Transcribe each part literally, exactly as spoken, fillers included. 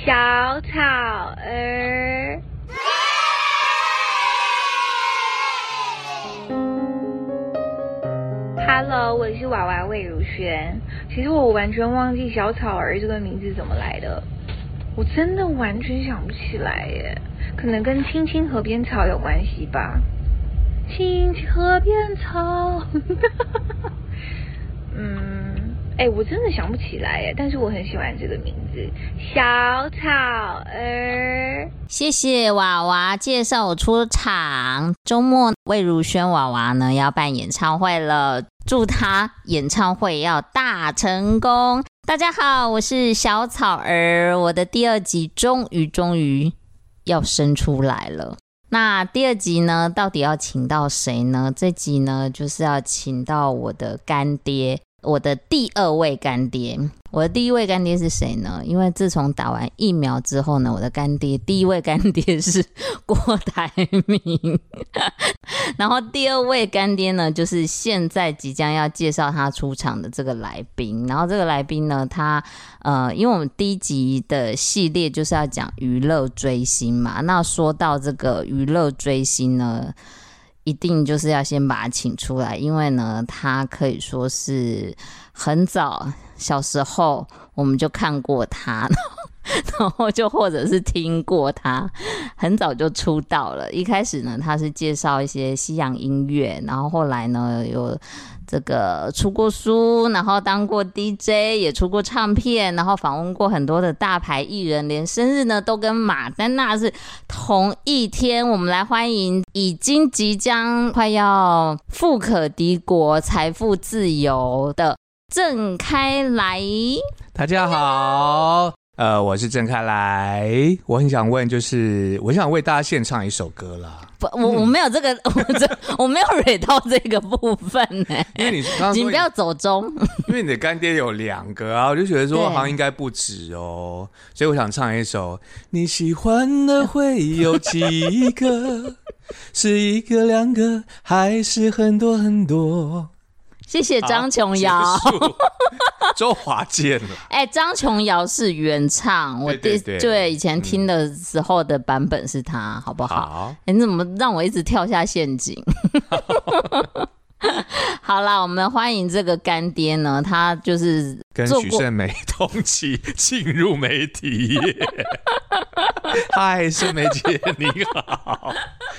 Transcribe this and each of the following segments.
小草儿。Hello， 我是娃娃魏如萱。其实我完全忘记小草儿这个名字怎么来的，我真的完全想不起来耶。可能跟青青河边草有关系吧。青青河边草，嗯，哎、欸，我真的想不起来耶。但是我很喜欢这个名字，小草儿。 谢谢娃娃介绍我出场。周末魏如萱娃娃呢要办演唱会了，祝她演唱会要大成功。大家好，我是小草儿，我的第二集终于终于要生出来了。那第二集呢，到底要请到谁呢？这集呢，就是要请到我的干爹，我的第二位干爹。我的第一位干爹是谁呢？因为自从打完疫苗之后呢，我的干爹第一位干爹是郭台铭然后第二位干爹呢，就是现在即将要介绍他出场的这个来宾。然后这个来宾呢，他呃，因为我们第一集的系列就是要讲娱乐追星嘛，那说到这个娱乐追星呢，一定就是要先把他请出来，因为呢，他可以说是很早小时候我们就看过他，然后就或者是听过他，很早就出道了。一开始呢，他是介绍一些西洋音乐，然后后来呢有这个出过书，然后当过 D J， 也出过唱片，然后访问过很多的大牌艺人，连生日呢都跟马丹娜是同一天。我们来欢迎已经即将快要富可敌国、财富自由的郑开来。 大家好，呃，我是郑开来。我很想问，就是我想为大家献唱一首歌啦。 不，我我没有这个，我这我没有蕊到这个部分呢、欸。 因为你刚刚你不要走中， 因为你的干爹有两个啊，我就觉得说好像应该不止哦，所以我想唱一首。你喜欢的会有几个？是一个、两个，还是很多很多？ 谢谢张琼瑶， 周华健了。 哎、欸，张琼瑶是原唱，我对对对， 对以前听的时候的版本是他，好不好？ 好， 哎、欸，你怎么让我一直跳下陷阱？好啦，我们欢迎这个干爹呢，他就是跟许胜美同期进入媒体业。嗨，胜美姐你好。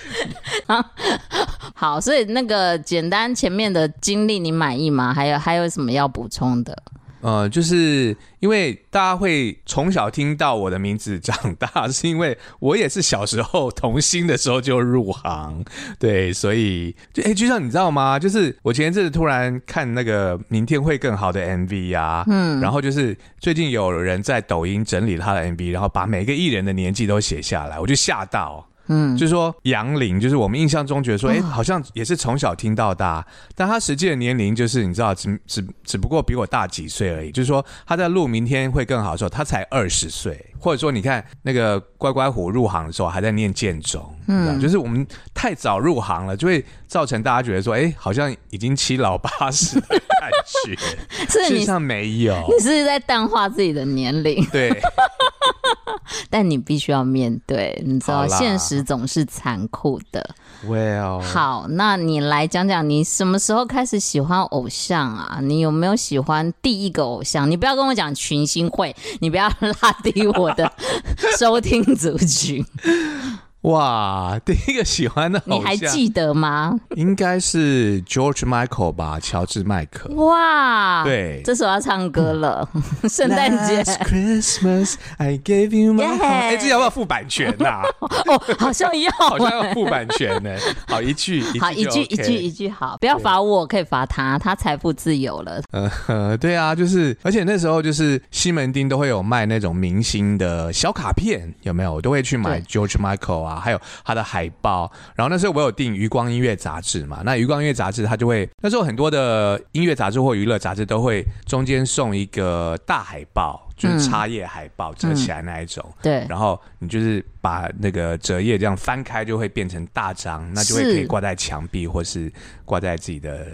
好，所以那个简单前面的经历你满意吗？还有还有什么要补充的？ 呃，就是因为大家会从小听到我的名字长大，是因为我也是小时候童星的时候就入行，对，所以就哎，就像你知道吗？就是我前一阵子突然看那个《明天会更好》的 M V 啊，嗯，然后就是最近有人在抖音整理他的 M V， 然后把每个艺人的年纪都写下来，我就吓到。嗯，就是说杨林，就是我们印象中觉得说，哎、欸，好像也是从小听到大，但他实际的年龄就是你知道，只只只不过比我大几岁而已。就是说他在录《明天会更好》的时候，他才二十岁，或者说你看那个乖乖虎入行的时候还在念建中，嗯，就是我们太早入行了，就会造成大家觉得说，哎、欸，好像已经七老八十的感觉，事实上没有， 你是在淡化自己的年龄， 对。 但你必须要面对，你知道现实总是残酷的。 Well， 好，那你来讲讲你什么时候开始喜欢偶像啊？你有没有喜欢第一个偶像？你不要跟我讲群星会，你不要拉低我的收听族群。 哇，第一个喜欢的偶像你还记得吗？ 应该是 George Michael 吧，乔治麦克。 哇， 对， 这首要唱歌了，圣诞节。 Last Christmas I gave you my heart。哎，这要不要付版权呐、啊？ 哦，好像要， 好像要付版权呢。好，一句一句， 好，一句一句一句，好，不要罚我，可以罚他，他财富自由了。 呃，对啊，就是，而且那时候就是西门町都会有卖那种明星的小卡片，有没有？我都会去买 George Michael 啊。还有他的海报，然后那时候我有订余光音乐杂志嘛，那余光音乐杂志它就会，那时候很多的音乐杂志或娱乐杂志都会中间送一个大海报，就是插页海报、嗯、折起来那一种、嗯、 对， 然后你就是把那个折页这样翻开就会变成大张，那就会可以挂在墙壁或是挂在自己的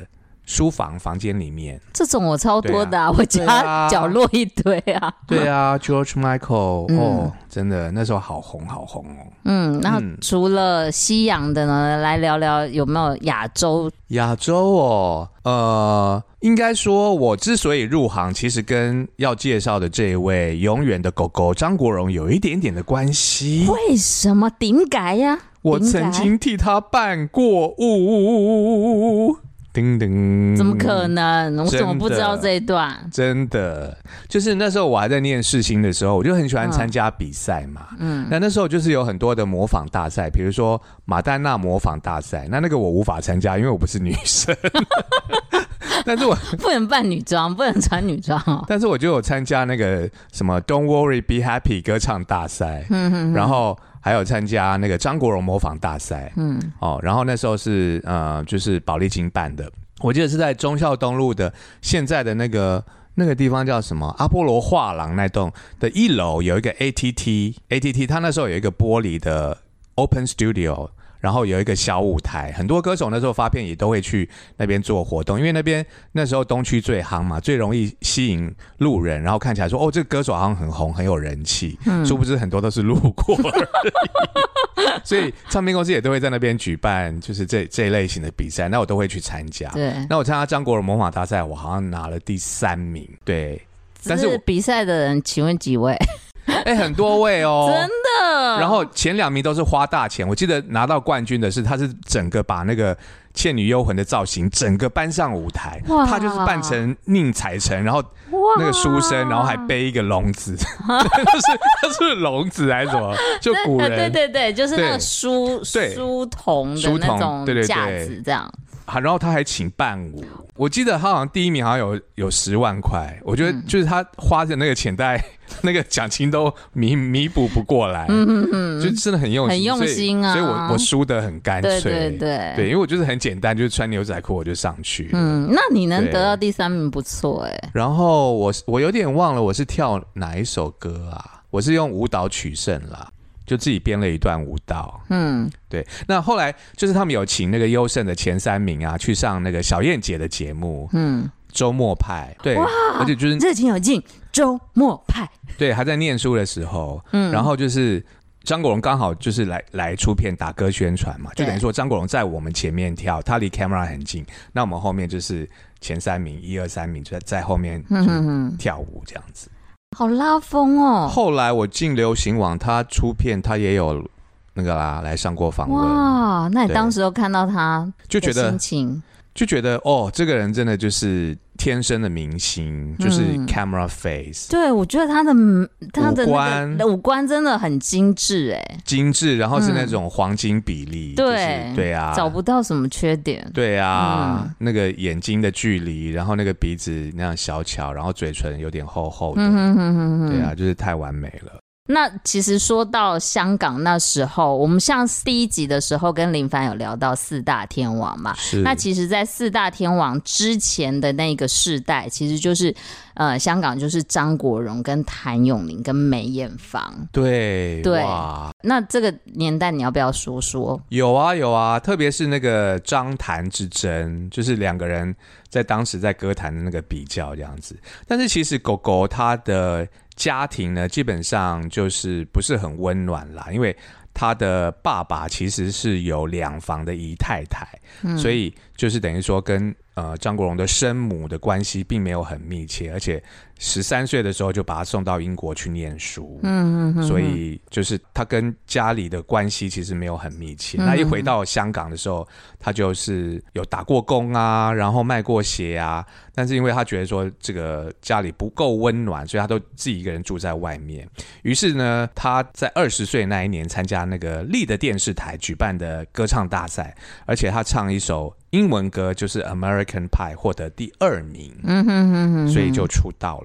书房房间里面。 这种我超多的啊，我家角落一堆啊。 对啊 ，George Michael，、嗯、哦，真的那时候好红好红哦。 嗯，那除了西洋的呢，来聊聊有没有亚洲？ 亚洲哦，呃，应该说，我之所以入行，其实跟要介绍的这一位永远的狗狗张国荣有一点点的关系。 为什么？顶改呀？ 我曾经替他办过舞。叮叮， 怎么可能？我怎么不知道这一段？ 真的，就是那时候我还在念世新的时候，我就很喜欢参加比赛嘛。嗯，那那时候就是有很多的模仿大赛，比如说马丹娜模仿大赛，那那个我无法参加，因为我不是女生。但是我不能扮女装，不能穿女装哦。 但是我就有参加那个什么 Don't Worry Be Happy 歌唱大赛，嗯哼哼，然后还有参加那个张国荣模仿大赛，嗯，哦，然后那时候是呃，就是宝丽金办的，我记得是在忠孝东路的现在的那个那个地方叫什么阿波罗画廊那栋的一楼有一个 A T T A T T， 它那时候有一个玻璃的 Open Studio。然后有一个小舞台，很多歌手那时候发片也都会去那边做活动，因为那边那时候东区最夯嘛，最容易吸引路人，然后看起来说哦，这个歌手好像很红，很有人气，嗯、殊不知很多都是路过而已。所以唱片公司也都会在那边举办就是这这一类型的比赛，那我都会去参加。 对， 那我参加张国荣模仿大赛，我好像拿了第三名。对， 但是比赛的人，请问几位？ 哎、欸，很多位哦， 真的。 然后前两名都是花大钱，我记得拿到冠军的是，他是整个把那个《倩女幽魂》的造型整个搬上舞台，他就是扮成宁采臣，然后那个书生，然后还背一个笼子，那是那是笼子还是什么？就古人， 对对对，就是那个书书童的那种架子这样。 然后他还请伴舞，我记得他好像第一名好像有有十万块，我觉得就是他花的那个钱袋，那个奖金都弥弥补不过来，嗯嗯，就真的很用心， 很用心啊， 所以, 所以我我输得很干脆， 对对对对，因为我就是很简单，就是穿牛仔裤我就上去了， 嗯，那你能得到第三名不错哎、欸。 然后我我有点忘了我是跳哪一首歌啊，我是用舞蹈取胜啦。就自己编了一段舞蹈，嗯，对。那后来就是他们有请那个优胜的前三名啊，去上那个小燕姐的节目，嗯，周末派，对，而且就是热情有劲，周末派， 对，还在念书的时候，嗯，然后就是张国荣刚好就是来来出片打歌宣传嘛，就等于说张国荣在我们前面跳，他离 camera 很近，那我们后面就是前三名，一二三名就在后面跳舞这样子。 好拉风哦！ 后来我进流行网，他出片，他也有那个啦，来上过访问。 哇，那你当时有看到他就觉得心情， 就觉得哦，这个人真的就是天生的明星，就是 camera face、嗯。 对，我觉得他的他的、那個、五官五官真的很精致哎， 精致，然后是那种黄金比例，嗯、 对、 就是、对啊， 找不到什么缺点。 对啊、嗯，那个眼睛的距离，然后那个鼻子那样小巧，然后嘴唇有点厚厚的，嗯哼哼哼哼对啊，就是太完美了。 那其实说到香港那时候，我们像第一集的时候跟林凡有聊到四大天王嘛，那其实在四大天王之前的那个世代，其实就是呃香港就是张国荣跟谭咏麟跟梅艳芳。 对对，那这个年代你要不要说说？ 有啊有啊，特别是那个张谭之争，就是两个人在当时在歌坛的那个比较这样子。但是其实狗狗它的家庭呢，基本上就是不是很温暖啦，因为他的爸爸其实是有两房的姨太太、嗯、所以就是等于说跟呃张国荣的生母的关系并没有很密切，而且十三岁的时候就把他送到英国去念书，嗯嗯嗯，所以就是他跟家里的关系其实没有很密切、嗯、那一回到香港的时候，他就是有打过工啊，然后卖过鞋啊，但是因为他觉得说这个家里不够温暖，所以他都自己一个人住在外面。于是呢，他在二十岁那一年参加那个立的电视台举办的歌唱大赛，而且他唱一首英文歌，就是 American Pie 获得第二名，嗯哼哼哼，所以就出道了。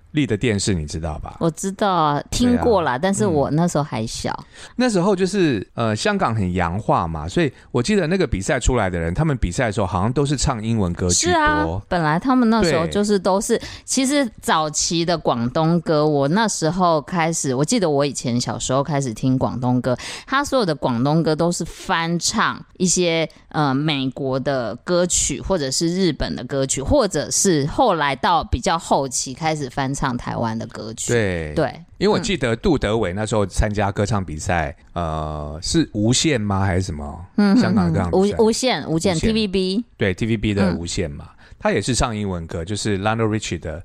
立的电视，你知道吧？ 我知道啊，听过啦，啊、但是我那时候还小。嗯、 那时候就是呃，香港很洋化嘛，所以我记得那个比赛出来的人，他们比赛的时候好像都是唱英文歌居多。 是啊，本来他们那时候就是都是，其实早期的广东歌，我那时候开始，我记得我以前小时候开始听广东歌，他所有的广东歌都是翻唱一些呃美国的歌曲，或者是日本的歌曲，或者是后来到比较后期开始翻唱台湾的歌曲。 对对， 因为我记得杜德伟那时候参加歌唱比赛，呃，是无线吗还是什么？嗯，香港的歌唱比赛， 无无线无线 T V B， 对 T V B 的无线嘛。嗯，他也是唱英文歌，就是 Lionel Richie 的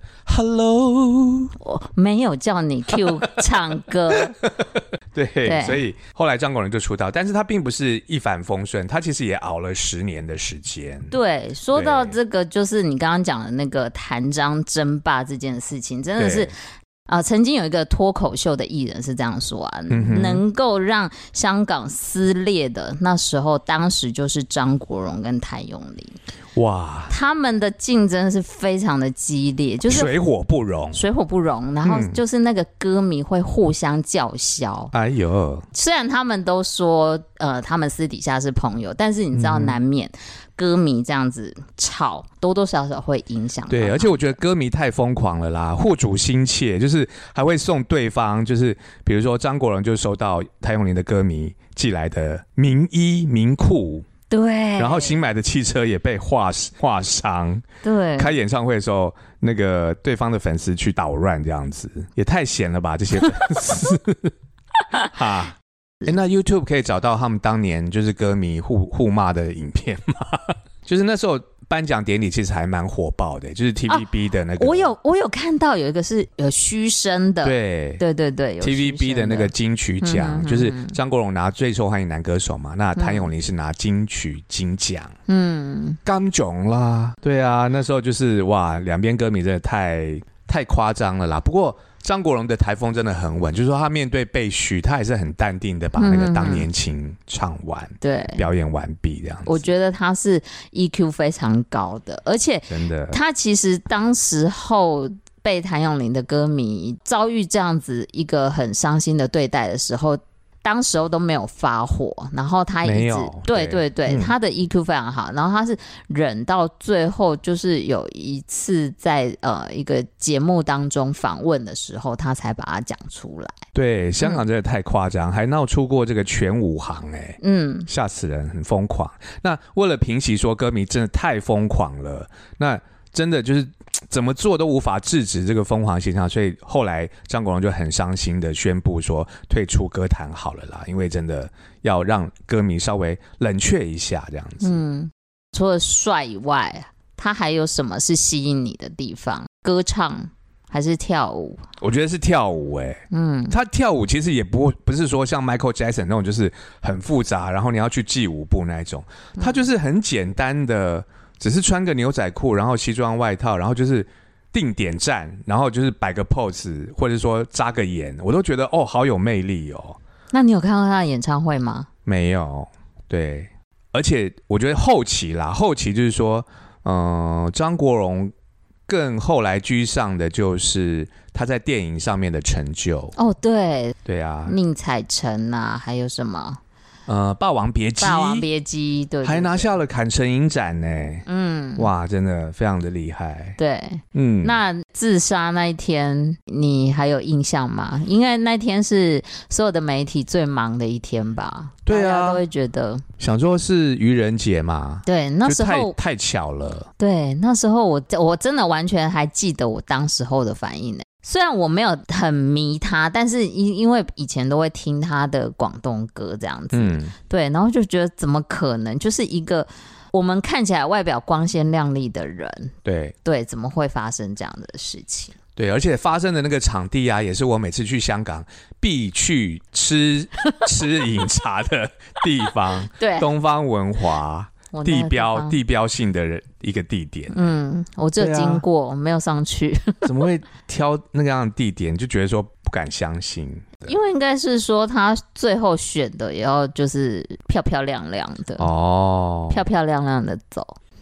Hello。 我没有叫你 Q 唱歌。 对，对，所以后来张国荣就出道，但是他并不是一帆风顺，他其实也熬了十年的时间。 对，说到这个，就是你刚刚讲的那个谭张争霸这件事情，真的是呃，曾经有一个脱口秀的艺人是这样说啊，嗯、能够让香港撕裂的那时候，当时就是张国荣跟谭咏麟。哇，他们的竞争是非常的激烈，就是水火不容， 水火不容。然后就是那个歌迷会互相叫嚣。哎呦，虽然他们都说呃，他们私底下是朋友，但是你知道，难免歌迷这样子吵，多多少少会影响。 对，而且我觉得歌迷太疯狂了啦，护主心切，就是还会送对方，就是比如说张国荣就收到谭咏麟的歌迷寄来的名衣名裤。 对， 然后新买的汽车也被划划伤。对，开演唱会的时候，那个对方的粉丝去捣乱，这样子也太闲了吧？这些粉丝。哈，欸，那 YouTube 可以找到他们当年就是歌迷互互骂的影片吗？就是那时候颁奖典礼其实还蛮火爆的，就是 T V B 的那个。 啊、我有我有看到有一个是有嘘声的。 对对对对 ，T V B 的那个金曲奖，嗯、就是张国荣拿最受欢迎男歌手嘛，那谭咏麟是拿金曲金奖。嗯，刚囧啦。对啊，那时候就是哇，两边歌迷真的太太夸张了啦。不过张国荣的台风真的很稳，就是说他面对被嘘，他也是很淡定的把那个当年情唱完，嗯、对，表演完毕这样子。 我觉得他是 E Q 非常高的，而且真的，他其实当时候被谭咏麟的歌迷遭遇这样子一个很伤心的对待的时候，当时候都没有发火，然后他一直对对对、嗯，他的 E Q 非常好，然后他是忍到最后，就是有一次在呃一个节目当中访问的时候，他才把它讲出来。 对，香港真的太夸张、嗯，还闹出过这个全武行哎、欸，嗯，吓死人，很疯狂。那为了平息说歌迷真的太疯狂了，那真的就是怎么做都无法制止这个疯狂现象，所以后来张国荣就很伤心的宣布说退出歌坛好了啦，因为真的要让歌迷稍微冷却一下这样子。嗯， 除了帅以外，他还有什么是吸引你的地方？歌唱还是跳舞？ 我觉得是跳舞哎、欸，嗯，他跳舞其实也不不是说像 Michael Jackson 那种就是很复杂，然后你要去记舞步那一种，他就是很简单的。只是穿个牛仔裤，然后西装外套，然后就是定点站，然后就是摆个 pose， 或者说扎个眼，我都觉得哦，好有魅力哦。 那你有看过他的演唱会吗？ 没有，对，而且我觉得后期啦，后期就是说，嗯、呃，张国荣更后来居上的就是他在电影上面的成就。 哦，对， 对啊， 宁采臣啊，还有什么？ 呃，霸王别姬， 霸王别姬，对， 对， 对， 还拿下了坎城影展呢。嗯，哇，真的非常的厉害。 对，嗯，那自杀那一天，你还有印象吗？应该那天是所有的媒体最忙的一天吧？对啊，大家都会觉得想说是愚人节嘛。 对，那时候太太巧了。 对，那时候我我真的完全还记得我当时候的反应呢。虽然我没有很迷他，但是因因为以前都会听他的广东歌这样子，嗯，对，然后就觉得怎么可能，就是一个我们看起来外表光鲜亮丽的人，对对，怎么会发生这样的事情？ 对，而且发生的那个场地啊，也是我每次去香港必去吃吃饮茶的地方，对，东方文华。地标地标性的一个地点，嗯， 我只有经过，啊、没有上去。 怎么会挑那个样的地点？就觉得说不敢相信， 因为应该是说他最后选的也要就是漂漂亮亮的哦，漂漂亮亮的走。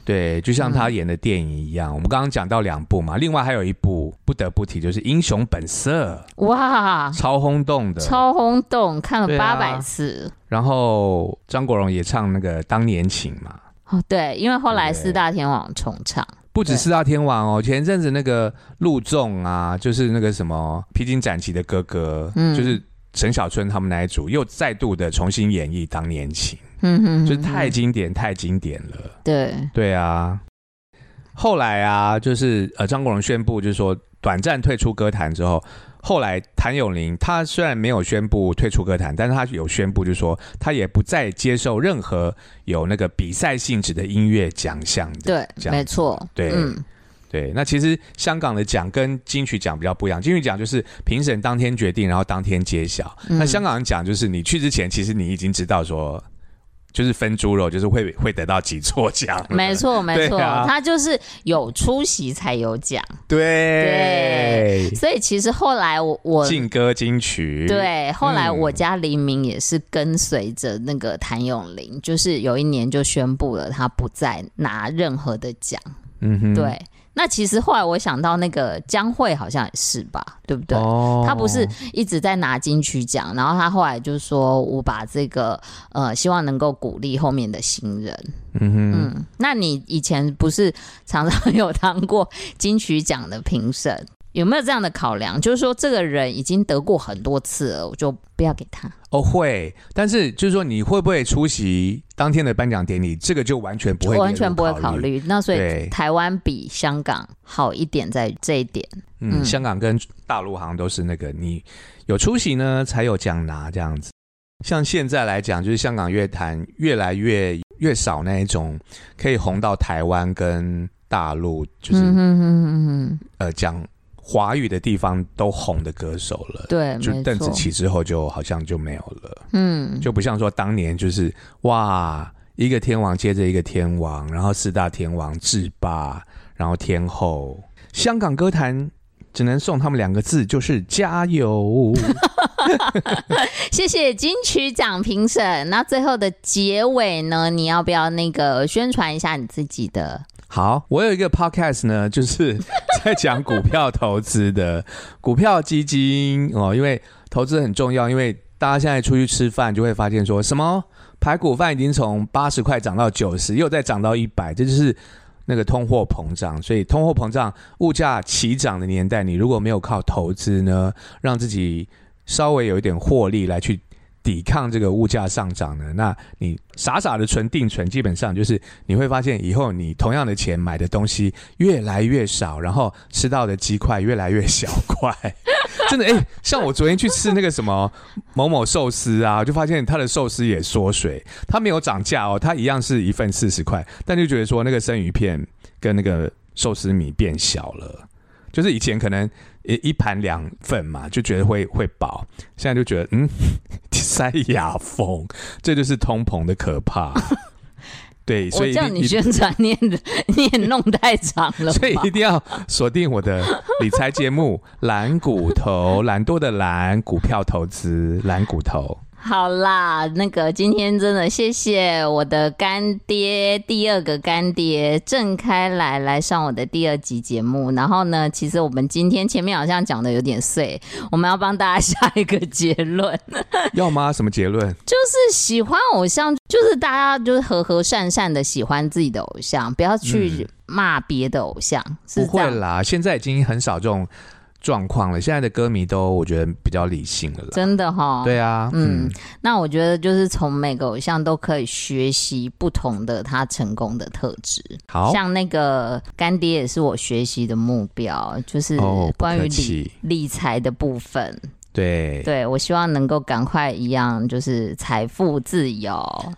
对，就像他演的电影一样，嗯、我们刚刚讲到两部嘛，另外还有一部不得不提，就是《英雄本色》， 哇， 超轰动的， 超轰动，看了八百次。啊、 然后张国荣也唱那个《当年情》嘛。 哦，对，因为后来四大天王重唱。 不止四大天王哦，前一阵子那个陆纵啊，就是那个什么披荆斩棘的哥哥，嗯、就是陈小春他们那一组，又再度的重新演绎《当年情》，嗯哼哼哼，就是太经典太经典了。 对对啊，后来啊，就是呃张国荣宣布就是说短暂退出歌坛之后，后来谭咏麟他虽然没有宣布退出歌坛，但是他有宣布就是说他也不再接受任何有那个比赛性质的音乐奖项的。 对，没错， 对，嗯，对。那其实香港的奖跟金曲奖比较不一样，金曲奖就是评审当天决定，然后当天揭晓。嗯、那香港人奖就是你去之前，其实你已经知道说。就是分猪肉，就是会会得到几座奖。 没错没错，啊、他就是有出席才有奖。 对对，所以其实后来我我劲歌金曲， 对，后来我家黎明也是跟随着那个谭咏麟，就是有一年就宣布了他不再拿任何的奖。嗯哼，对。那其实后来我想到那个江蕙好像也是吧，对不对？哦、他不是一直在拿金曲奖，然后他后来就说我把这个呃，希望能够鼓励后面的新人。嗯哼，嗯，那你以前不是常常有当过金曲奖的评审？有没有这样的考量？就是说这个人已经得过很多次了，我就不要给他。 哦，会，但是就是说你会不会出席当天的颁奖典礼，这个就完全不会完全不会考虑。那所以台湾比香港好一点在这一点。 嗯，嗯香港跟大陆好像都是那个你有出席呢才有奖拿这样子。像现在来讲，就是香港乐坛越来越越少那一种可以红到台湾跟大陆，就是嗯哼哼哼哼呃讲。华语的地方都红的歌手了， 对， 就邓紫棋之后就好像就没有了，嗯，就不像说当年就是哇，一个天王接着一个天王，然后四大天王制霸，然后天后，香港歌坛只能送他们两个字，就是加油。 谢谢金曲奖评审。那最后的结尾呢，你要不要那个宣传一下你自己的？ 好，我有一个 podcast 呢，就是在讲股票投资的股票基金哦，因为投资很重要，因为大家现在出去吃饭就会发现说什么排骨饭已经从八十块涨到九十，又再涨到一百，这就是那个通货膨胀。所以通货膨胀、物价齐涨的年代，你如果没有靠投资呢，让自己稍微有一点获利来去抵抗这个物价上涨呢，那你傻傻的存定存，基本上就是你会发现以后你同样的钱买的东西越来越少，然后吃到的鸡块越来越小块。真的哎、欸，像我昨天去吃那个什么某某寿司啊，就发现它的寿司也缩水，它没有涨价哦，它一样是一份四十块，但就觉得说那个生鱼片跟那个寿司米变小了，就是以前可能一盘两份嘛，就觉得会会饱，现在就觉得嗯，塞牙缝，这就是通膨的可怕。对，所以我叫你宣传，你你也弄太长了吧， 所以一定要锁定我的理财节目《懒骨头》，懒惰的懒，股票投资，懒骨头。 好啦，那个今天真的谢谢我的干爹，第二个干爹郑开来来上我的第二集节目。然后呢，其实我们今天前面好像讲的有点碎，我们要帮大家下一个结论。 要吗？什么结论？ 就是喜欢偶像，就是大家就是和和善善的喜欢自己的偶像，不要去骂别的偶像。嗯、是不会啦，现在已经很少这种状况了，现在的歌迷都我觉得比较理性了啦， 真的齁。 对啊，嗯， 嗯，那我觉得就是从每个偶像都可以学习不同的他成功的特质。 好， 像那个干爹也是我学习的目标，就是关于理、哦、理财的部分。 对， 对，我希望能够赶快一样，就是财富自由。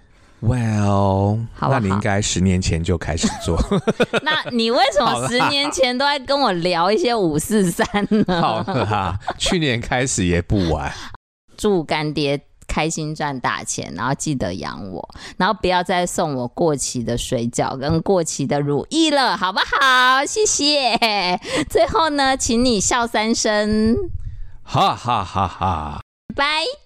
Well， 好不好？那你应该十年前就开始做。 那你为什么十年前都在跟我聊一些五四三呢？ 好啦，去年开始也不晚。 祝干爹开心赚大钱，然后记得养我，然后不要再送我过期的水饺跟过期的乳液了，好不好？谢谢。最后呢，请你笑三声， 哈哈哈哈， 拜。